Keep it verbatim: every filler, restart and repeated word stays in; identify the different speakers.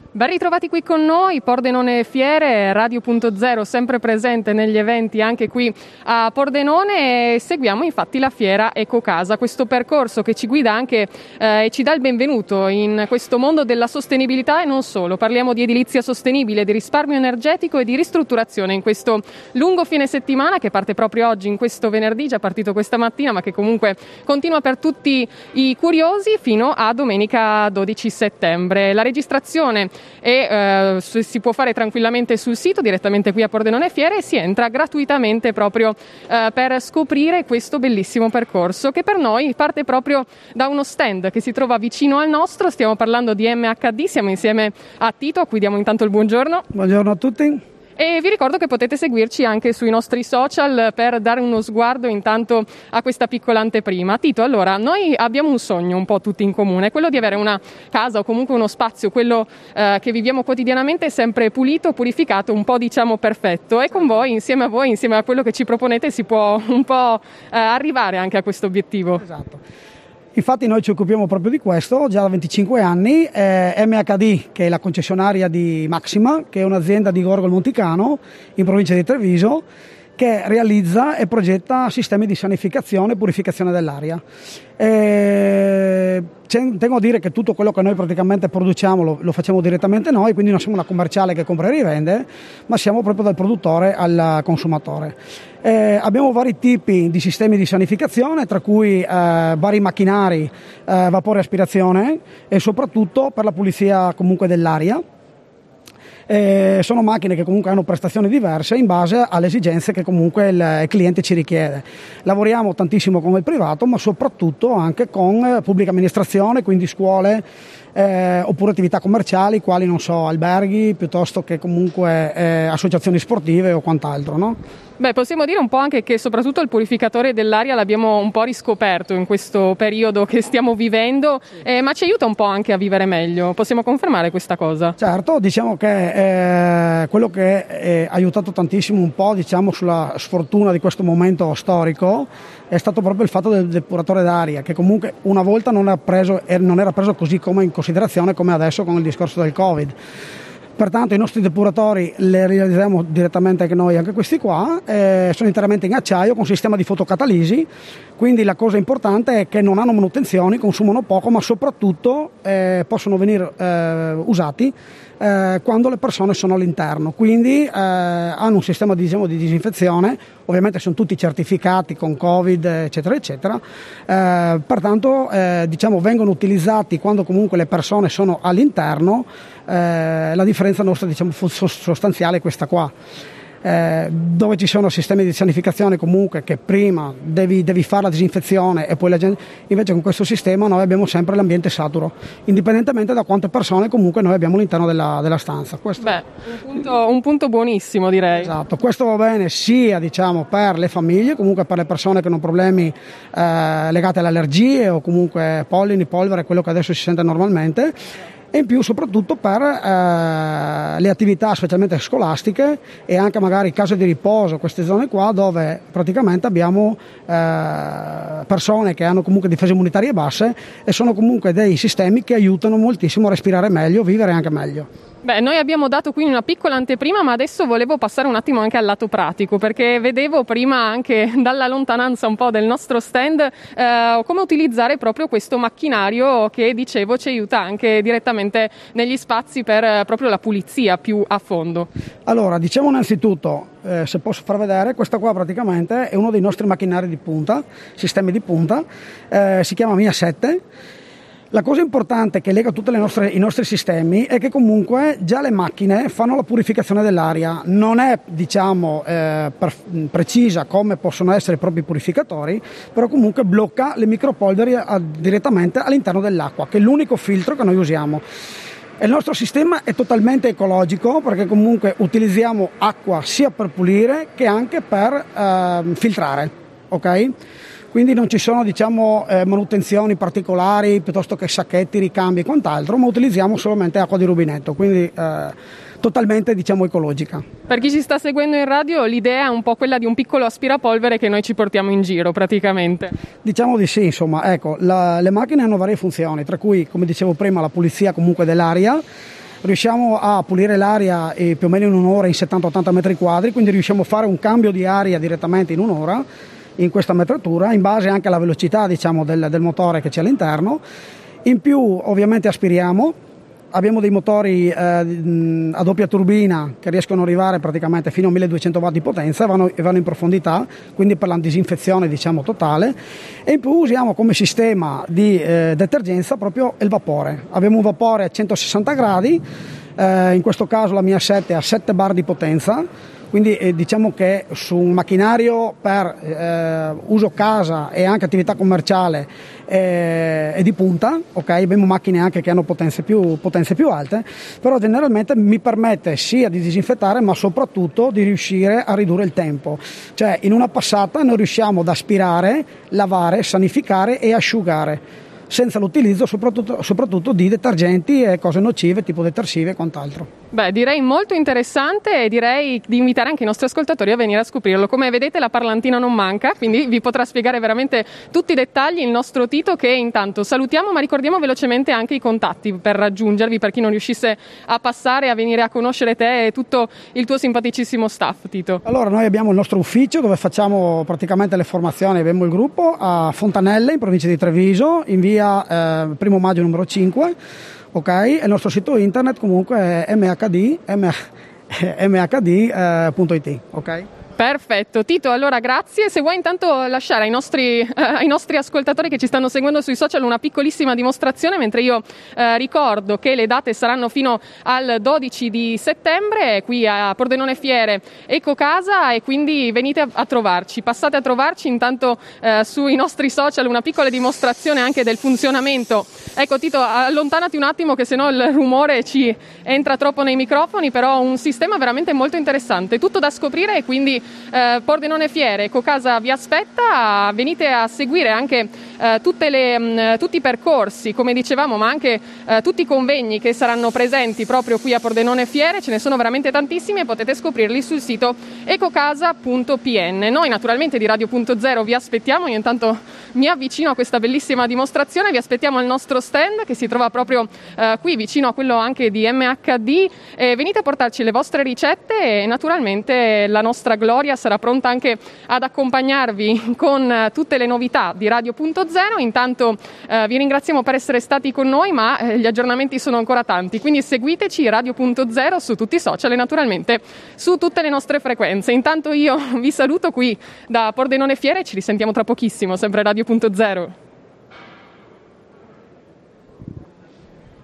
Speaker 1: Ben ritrovati qui con noi, Pordenone Fiere, Radio Punto Zero, sempre presente negli eventi anche qui a Pordenone, e seguiamo infatti la fiera Ecocasa, questo percorso che ci guida anche eh, e ci dà il benvenuto in questo mondo della sostenibilità e non solo. Parliamo di edilizia sostenibile, di risparmio energetico e di ristrutturazione in questo lungo fine settimana che parte proprio oggi, in questo venerdì, già partito questa mattina, ma che comunque continua per tutti i curiosi fino a domenica dodici settembre. La registrazione e eh, si può fare tranquillamente sul sito, direttamente qui a Pordenone Fiere, e si entra gratuitamente proprio eh, per scoprire questo bellissimo percorso che per noi parte proprio da uno stand che si trova vicino al nostro. Stiamo parlando di M H D, siamo insieme a Tito, a cui diamo intanto il buongiorno.
Speaker 2: Buongiorno a tutti.
Speaker 1: E vi ricordo che potete seguirci anche sui nostri social per dare uno sguardo intanto a questa piccola anteprima. Tito, allora, noi abbiamo un sogno un po' tutti in comune, quello di avere una casa o comunque uno spazio, quello eh, che viviamo quotidianamente, sempre pulito, purificato, un po' diciamo perfetto, e con voi, insieme a voi, insieme a quello che ci proponete, si può un po' eh, arrivare anche a questo obiettivo.
Speaker 2: Esatto. Infatti noi ci occupiamo proprio di questo già da venticinque anni. eh, M H D, che è la concessionaria di Maxima, che è un'azienda di Gorgol Monticano in provincia di Treviso, che realizza e progetta sistemi di sanificazione e purificazione dell'aria. E tengo a dire che tutto quello che noi praticamente produciamo lo, lo facciamo direttamente noi, quindi non siamo una commerciale che compra e rivende, ma siamo proprio dal produttore al consumatore. Eh, abbiamo vari tipi di sistemi di sanificazione, tra cui eh, vari macchinari, eh, vapore e aspirazione, e soprattutto per la pulizia comunque dell'aria. Eh, sono macchine che comunque hanno prestazioni diverse in base alle esigenze che comunque il, il cliente ci richiede. Lavoriamo tantissimo con il privato, ma soprattutto anche con eh, pubblica amministrazione, quindi scuole, eh, oppure attività commerciali, quali non so, alberghi, piuttosto che comunque eh, associazioni sportive o quant'altro, no?
Speaker 1: Beh, possiamo dire un po' anche che soprattutto il purificatore dell'aria l'abbiamo un po' riscoperto in questo periodo che stiamo vivendo, eh, ma ci aiuta un po' anche a vivere meglio. Possiamo confermare questa cosa?
Speaker 2: Certo, diciamo che eh, quello che ha aiutato tantissimo un po', diciamo, sulla sfortuna di questo momento storico è stato proprio il fatto del depuratore d'aria, che comunque una volta non era preso, non era preso così come in considerazione come adesso con il discorso del Covid. Pertanto i nostri depuratori li realizziamo direttamente anche noi, anche questi qua, eh, sono interamente in acciaio con sistema di fotocatalisi, quindi la cosa importante è che non hanno manutenzioni, consumano poco, ma soprattutto eh, possono venire eh, usati eh, quando le persone sono all'interno, quindi eh, hanno un sistema diciamo, di disinfezione, ovviamente sono tutti certificati con Covid eccetera eccetera, eh, pertanto eh, diciamo, vengono utilizzati quando comunque le persone sono all'interno. Eh, la differenza nostra diciamo sostanziale è questa qua, eh, dove ci sono sistemi di sanificazione comunque che prima devi, devi fare la disinfezione e poi la gente, invece con questo sistema noi abbiamo sempre l'ambiente saturo, indipendentemente da quante persone comunque noi abbiamo all'interno della, della stanza. Questo...
Speaker 1: Beh, un punto, un punto buonissimo direi.
Speaker 2: Esatto, questo va bene sia diciamo per le famiglie, comunque per le persone che hanno problemi eh, legati alle allergie o comunque pollini, polvere, quello che adesso si sente normalmente, e in più soprattutto per eh, le attività specialmente scolastiche e anche magari case di riposo, queste zone qua dove praticamente abbiamo eh, persone che hanno comunque difese immunitarie basse e sono comunque dei sistemi che aiutano moltissimo a respirare meglio, vivere anche meglio.
Speaker 1: Beh, noi abbiamo dato quindi una piccola anteprima, ma adesso volevo passare un attimo anche al lato pratico, perché vedevo prima anche dalla lontananza un po' del nostro stand eh, come utilizzare proprio questo macchinario che dicevo ci aiuta anche direttamente negli spazi per eh, proprio la pulizia più a fondo.
Speaker 2: Allora, diciamo innanzitutto, eh, se posso far vedere, questa qua praticamente è uno dei nostri macchinari di punta, sistemi di punta, eh, si chiama Mia sette. La cosa importante che lega tutti i nostri sistemi è che comunque già le macchine fanno la purificazione dell'aria, non è diciamo eh, per, precisa come possono essere i propri purificatori, però comunque blocca le micropolveri a, direttamente all'interno dell'acqua, che è l'unico filtro che noi usiamo. E il nostro sistema è totalmente ecologico perché comunque utilizziamo acqua sia per pulire che anche per eh, filtrare, ok? Quindi non ci sono diciamo eh, manutenzioni particolari piuttosto che sacchetti, ricambi e quant'altro, ma utilizziamo solamente acqua di rubinetto, quindi eh, totalmente diciamo ecologica.
Speaker 1: Per chi ci sta seguendo in radio, l'idea è un po' quella di un piccolo aspirapolvere che noi ci portiamo in giro praticamente.
Speaker 2: Diciamo di sì, insomma, ecco, la, le macchine hanno varie funzioni, tra cui, come dicevo prima, la pulizia comunque dell'aria, riusciamo a pulire l'aria eh, più o meno in un'ora in settanta ottanta metri quadri, quindi riusciamo a fare un cambio di aria direttamente in un'ora in questa metratura, in base anche alla velocità, diciamo, del, del motore che c'è all'interno. In più ovviamente aspiriamo, abbiamo dei motori eh, a doppia turbina che riescono ad arrivare praticamente fino a milleduecento watt di potenza e vanno, vanno in profondità, quindi per la disinfezione, diciamo, totale. E in più usiamo come sistema di eh, detergenza proprio il vapore. Abbiamo un vapore a centosessanta gradi, eh, in questo caso la mia sette ha sette bar di potenza. Quindi eh, diciamo che su un macchinario per eh, uso casa e anche attività commerciale eh, è di punta, ok? Abbiamo macchine anche che hanno potenze più, potenze più alte, però generalmente mi permette sia di disinfettare ma soprattutto di riuscire a ridurre il tempo. Cioè in una passata noi riusciamo ad aspirare, lavare, sanificare e asciugare, senza l'utilizzo soprattutto, soprattutto di detergenti e cose nocive tipo detersivi e quant'altro.
Speaker 1: Beh, direi molto interessante e direi di invitare anche i nostri ascoltatori a venire a scoprirlo. Come vedete la parlantina non manca, quindi vi potrà spiegare veramente tutti i dettagli il nostro Tito, che intanto salutiamo, ma ricordiamo velocemente anche i contatti per raggiungervi, per chi non riuscisse a passare, a venire a conoscere te e tutto il tuo simpaticissimo staff, Tito.
Speaker 2: Allora, noi abbiamo il nostro ufficio dove facciamo praticamente le formazioni, abbiamo il gruppo a Fontanelle, in provincia di Treviso, in via eh, Primo Maggio numero cinque. Ok, e il nostro sito internet comunque è m h d punto i t, ok?
Speaker 1: Perfetto, Tito, allora grazie. Se vuoi intanto lasciare ai nostri, eh, ai nostri ascoltatori che ci stanno seguendo sui social una piccolissima dimostrazione, mentre io eh, ricordo che le date saranno fino al dodici di settembre qui a Pordenone Fiere Ecocasa, e quindi venite a, a trovarci, passate a trovarci intanto eh, sui nostri social una piccola dimostrazione anche del funzionamento. Ecco Tito, allontanati un attimo che sennò il rumore ci entra troppo nei microfoni, però un sistema veramente molto interessante, tutto da scoprire, e quindi Eh, Pordenone Fiere Ecocasa vi aspetta. Venite a seguire anche eh, tutte le, mh, tutti i percorsi, come dicevamo, ma anche eh, tutti i convegni che saranno presenti proprio qui a Pordenone Fiere. Ce ne sono veramente tantissimi e potete scoprirli sul sito ecocasa punto p n. Noi naturalmente di Radio punto zero vi aspettiamo. Io intanto mi avvicino a questa bellissima dimostrazione. Vi aspettiamo al nostro stand che si trova proprio eh, qui vicino a quello anche di M H D, e venite a portarci le vostre ricette, e naturalmente la nostra Gloria sarà pronta anche ad accompagnarvi con tutte le novità di Radio punto zero. Intanto eh, vi ringraziamo per essere stati con noi, ma eh, gli aggiornamenti sono ancora tanti, quindi seguiteci Radio punto zero su tutti i social e naturalmente su tutte le nostre frequenze. Intanto io vi saluto qui da Pordenone Fiere e ci risentiamo tra pochissimo, sempre Radio punto zero.